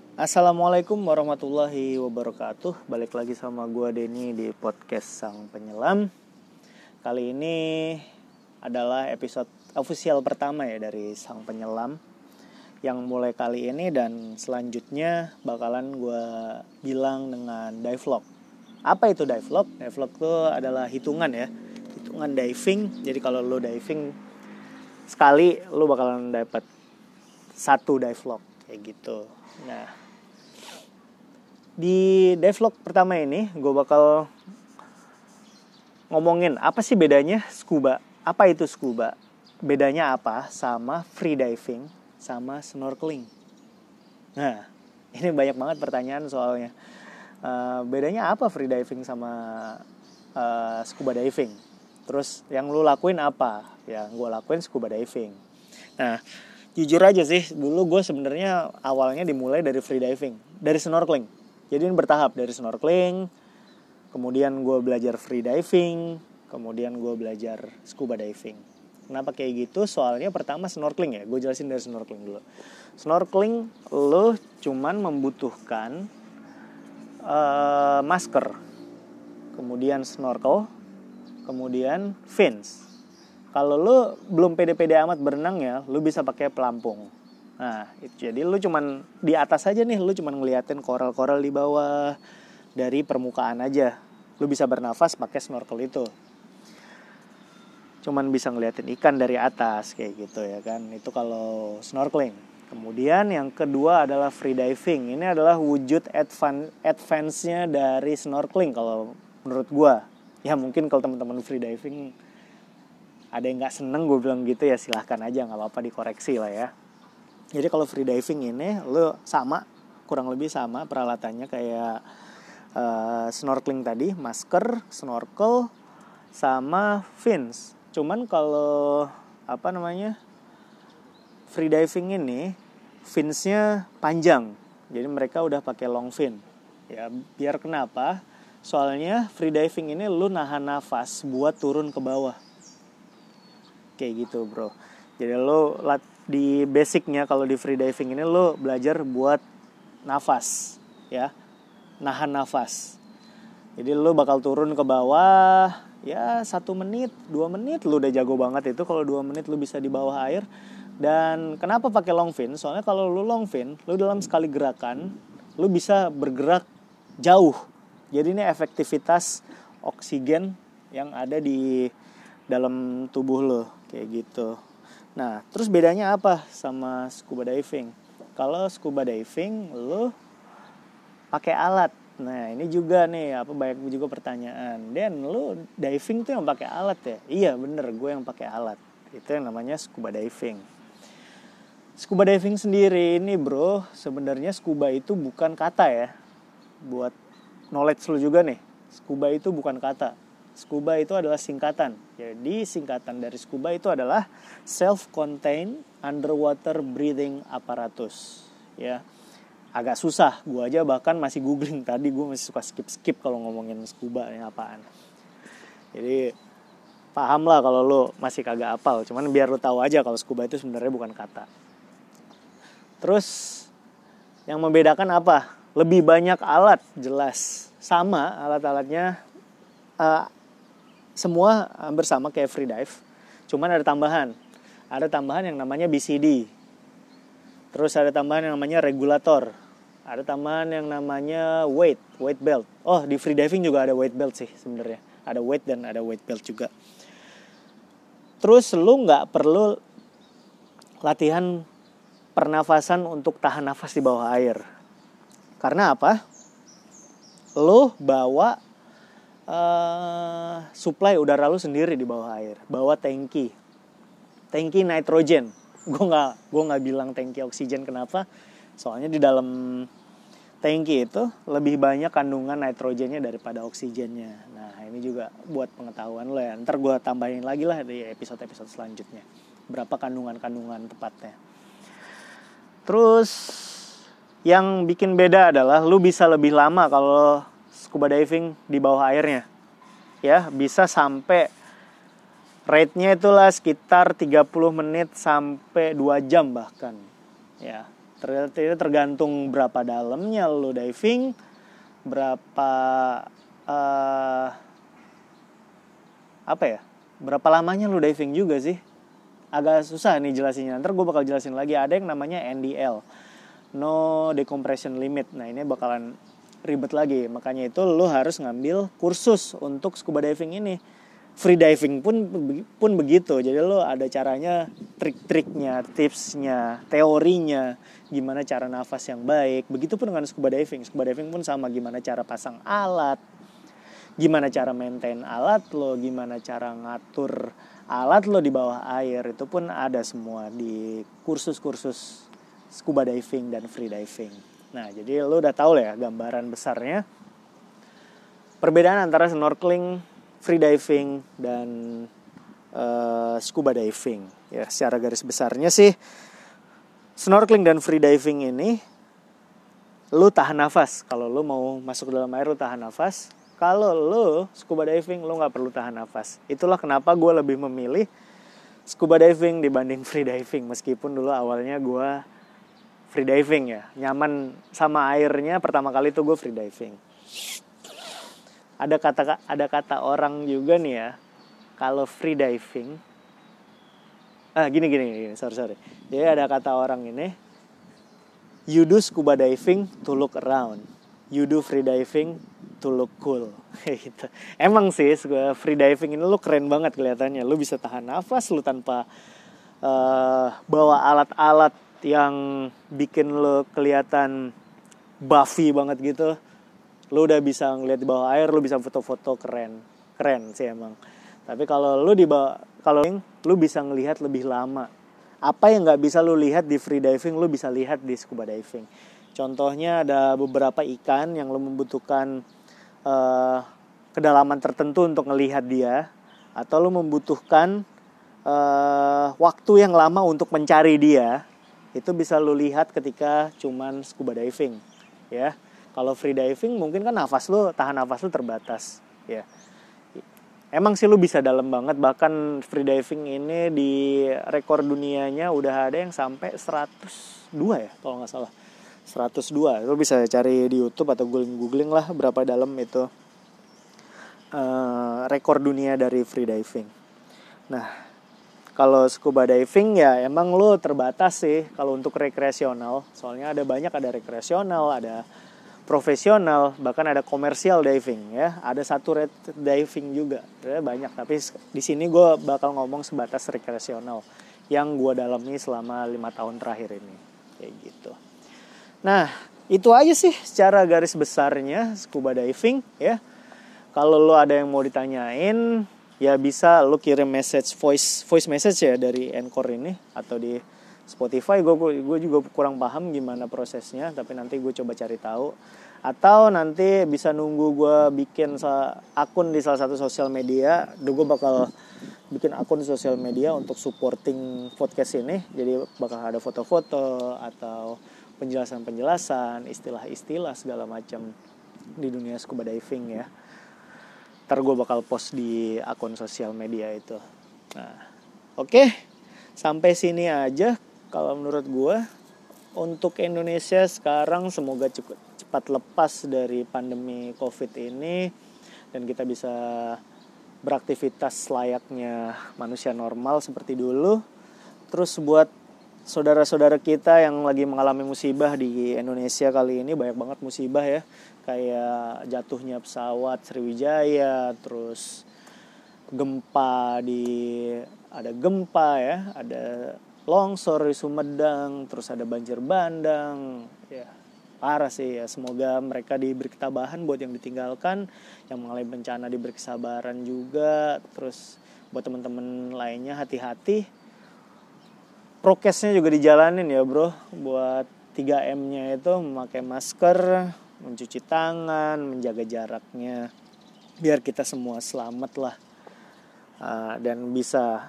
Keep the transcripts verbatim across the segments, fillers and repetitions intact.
Assalamualaikum warahmatullahi wabarakatuh. Balik lagi sama gue Denny di podcast Sang Penyelam. Kali ini adalah episode official pertama ya dari Sang Penyelam, yang mulai kali ini dan selanjutnya bakalan gue bilang dengan divelog. Apa itu divelog? Divelog itu adalah hitungan ya, hitungan diving. Jadi kalau lo diving sekali, lo bakalan dapat satu divelog kayak gitu. Nah, di divelog pertama ini gue bakal ngomongin apa sih bedanya scuba. Apa itu scuba? Bedanya apa sama free diving sama snorkeling? Nah, ini banyak banget pertanyaan soalnya. Uh, bedanya apa free diving sama uh, scuba diving? Terus yang lu lakuin apa? Ya, gue lakuin scuba diving. Nah, jujur aja sih, dulu gue sebenarnya awalnya dimulai dari free diving, dari snorkeling. Jadi ini bertahap, dari snorkeling, kemudian gue belajar free diving, kemudian gue belajar scuba diving. Kenapa kayak gitu? Soalnya pertama snorkeling ya, gue jelasin dari snorkeling dulu. Snorkeling lo cuman membutuhkan uh, masker, kemudian snorkel, kemudian fins. Kalau lo belum pede-pede amat berenang ya, lo bisa pakai pelampung. Nah, itu jadi lu cuman di atas aja nih, lu cuman ngeliatin koral-koral di bawah dari permukaan aja. Lu bisa bernafas pakai snorkel itu. Cuman bisa ngeliatin ikan dari atas kayak gitu ya kan. Itu kalau snorkeling. Kemudian yang kedua adalah free diving. Ini adalah wujud advance advance-nya dari snorkeling kalau menurut gua. Ya mungkin kalau teman-teman free diving ada yang enggak seneng gue bilang gitu ya, silahkan aja, enggak apa-apa, dikoreksi lah ya. Jadi kalau free diving ini lo sama, kurang lebih sama peralatannya kayak uh, snorkeling tadi, masker, snorkel, sama fins. Cuman kalau apa namanya free diving ini finsnya panjang, jadi mereka udah pakai long fin. Ya biar kenapa? Soalnya free diving ini lo nahan nafas buat turun ke bawah, kayak gitu bro. Jadi lo lat di basicnya kalau di free diving ini lo belajar buat nafas ya, nahan nafas. Jadi lo bakal turun ke bawah ya satu menit, dua menit lo udah jago banget itu kalau dua menit lo bisa di bawah air. Dan kenapa pakai long fin? Soalnya kalau lo long fin, lo dalam sekali gerakan lo bisa bergerak jauh. Jadi ini efektivitas oksigen yang ada di dalam tubuh lo kayak gitu. Nah, terus bedanya apa sama scuba diving? Kalau scuba diving lo pakai alat. Nah, ini juga nih apa banyak juga pertanyaan. Dan lo diving tuh yang pakai alat ya? Iya, bener, gue yang pakai alat. Itu yang namanya scuba diving. Scuba diving sendiri ini, bro, sebenarnya scuba itu bukan kata ya. Buat knowledge lo juga nih. Scuba itu bukan kata. Scuba itu adalah singkatan. Jadi singkatan dari scuba itu adalah self-contained underwater breathing apparatus. Ya, agak susah. Gue aja bahkan masih googling tadi. Gue masih suka skip-skip kalau ngomongin scuba ini apaan. Jadi paham lah kalau lo masih kagak hafal. Cuman biar lo tahu aja kalau scuba itu sebenarnya bukan kata. Terus yang membedakan apa? Lebih banyak alat, jelas. Sama alat-alatnya. Uh, Semua hampir sama kayak free dive, cuman ada tambahan. Ada tambahan yang namanya B C D. Terus ada tambahan yang namanya regulator. Ada tambahan yang namanya weight, weight belt. Oh, di free diving juga ada weight belt sih sebenarnya. Ada weight dan ada weight belt juga. Terus lu nggak perlu latihan pernafasan untuk tahan nafas di bawah air. Karena apa? Lu bawa Uh, supply udara lu sendiri di bawah air, bawa tangki, tangki nitrogen. Gue nggak, gue nggak bilang tangki oksigen. Kenapa? Soalnya di dalam tangki itu lebih banyak kandungan nitrogennya daripada oksigennya. Nah ini juga buat pengetahuan lo ya. Ntar gue tambahin lagi lah di episode-episode selanjutnya berapa kandungan-kandungan tepatnya. Terus yang bikin beda adalah lu bisa lebih lama kalau scuba diving di bawah airnya. Ya, bisa sampai rate-nya itulah sekitar tiga puluh menit sampai dua jam bahkan. Ya. Ternyata tergantung berapa dalamnya lu diving, berapa uh, apa ya, berapa lamanya lu diving juga sih. Agak susah nih jelasinnya. Ntar gue bakal jelasin lagi. Ada yang namanya N D L, no decompression limit. Nah ini bakalan ribet lagi. Makanya itu lu harus ngambil kursus untuk scuba diving ini. Free diving pun pun begitu. Jadi lu ada caranya, trik-triknya, tipsnya, teorinya, gimana cara nafas yang baik. Begitupun dengan scuba diving. Scuba diving pun sama, gimana cara pasang alat, gimana cara maintain alat lo, gimana cara ngatur alat lo di bawah air. Itu pun ada semua di kursus-kursus scuba diving dan free diving. Nah, jadi lo udah tahu lah ya gambaran besarnya perbedaan antara snorkeling, free diving, dan uh, scuba diving. Ya, secara garis besarnya sih snorkeling dan free diving ini lo tahan nafas. Kalau lo mau masuk ke dalam air lo tahan nafas. Kalau lo scuba diving, lo gak perlu tahan nafas. Itulah kenapa gue lebih memilih scuba diving dibanding free diving. Meskipun dulu awalnya gue free diving ya. Nyaman sama airnya, pertama kali tuh gue free diving. Ada kata ada kata orang juga nih ya, kalau free diving, ah gini gini gini, sorry sorry. Jadi ada kata orang ini, you do scuba diving to look around, you do free diving to look cool. Gitu. Emang sih free diving ini lu keren banget kelihatannya. Lu bisa tahan nafas lu tanpa uh, bawa alat-alat yang bikin lu kelihatan buffy banget gitu. Lu udah bisa ngeliat di bawah air, lu bisa foto-foto keren. Keren sih emang. Tapi kalau lu di bawah, kalau lu bisa ngelihat lebih lama. Apa yang enggak bisa lu lihat di free diving, lu bisa lihat di scuba diving. Contohnya ada beberapa ikan yang lu membutuhkan Uh, kedalaman tertentu untuk ngelihat dia, atau lu membutuhkan uh, waktu yang lama untuk mencari dia, itu bisa lu lihat ketika cuman scuba diving ya. Kalau free diving mungkin kan nafas lu, tahan nafas lu terbatas ya. Emang sih lu bisa dalam banget, bahkan free diving ini di rekor dunianya udah ada yang sampai seratus dua ya kalau nggak salah. seratus dua, lo bisa cari di YouTube atau googling-googling lah berapa dalam itu uh, rekor dunia dari free diving. Nah, kalau scuba diving ya emang lo terbatas sih kalau untuk rekreasional. Soalnya ada banyak, ada rekreasional, ada profesional, bahkan ada komersial diving ya. Ada satu red diving juga, ya, banyak. Tapi di sini gue bakal ngomong sebatas rekreasional yang gue dalami selama lima tahun terakhir ini, kayak gitu. Nah, itu aja sih secara garis besarnya scuba diving ya. Kalau lo ada yang mau ditanyain, ya bisa lo kirim message voice voice message ya dari Anchor ini atau di Spotify. Gue gue juga kurang paham gimana prosesnya, tapi nanti gue coba cari tahu. Atau nanti bisa nunggu gue bikin akun di salah satu sosial media. Gue bakal bikin akun sosial media untuk supporting podcast ini. Jadi bakal ada foto-foto atau penjelasan-penjelasan, istilah-istilah segala macam di dunia scuba diving ya. Ntar gue bakal post di akun sosial media itu. Nah, oke, okay. Sampai sini aja kalau menurut gue. Untuk Indonesia sekarang semoga cukup cepat lepas dari pandemi COVID ini dan kita bisa beraktivitas layaknya manusia normal seperti dulu. Terus buat saudara-saudara kita yang lagi mengalami musibah di Indonesia kali ini, banyak banget musibah ya, kayak jatuhnya pesawat Sriwijaya, terus gempa di ada gempa ya, ada longsor di Sumedang, terus ada banjir bandang ya, parah sih ya. Semoga mereka diberi ketabahan buat yang ditinggalkan, yang mengalami bencana diberi kesabaran juga. Terus buat teman-teman lainnya hati-hati. Prokesnya juga dijalanin ya bro. Buat tiga M-nya itu memakai masker, mencuci tangan, menjaga jaraknya, biar kita semua selamat lah, uh, dan bisa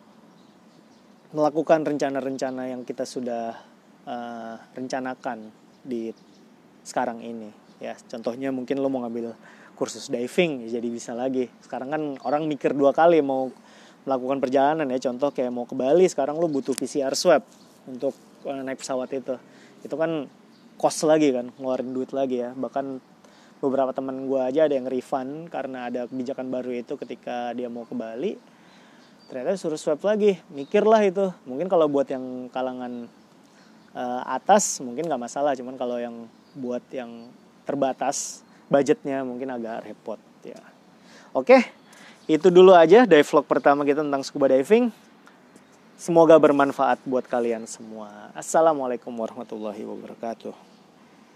melakukan rencana-rencana yang kita sudah uh, rencanakan di sekarang ini ya. Contohnya mungkin lo mau ngambil kursus diving ya, jadi bisa lagi. Sekarang kan orang mikir dua kali mau melakukan perjalanan ya. Contoh kayak mau ke Bali, sekarang lo butuh P C R swab untuk uh, naik pesawat itu. Itu kan cost lagi kan, ngeluarin duit lagi ya. Bahkan beberapa teman gue aja ada yang refund karena ada kebijakan baru itu ketika dia mau ke Bali. Ternyata suruh swab lagi, mikirlah itu. Mungkin kalau buat yang kalangan uh, atas mungkin nggak masalah, cuman kalau yang buat yang terbatas budgetnya mungkin agak repot ya. Oke, itu dulu aja dive vlog pertama kita tentang scuba diving. Semoga bermanfaat buat kalian semua. Assalamualaikum warahmatullahi wabarakatuh.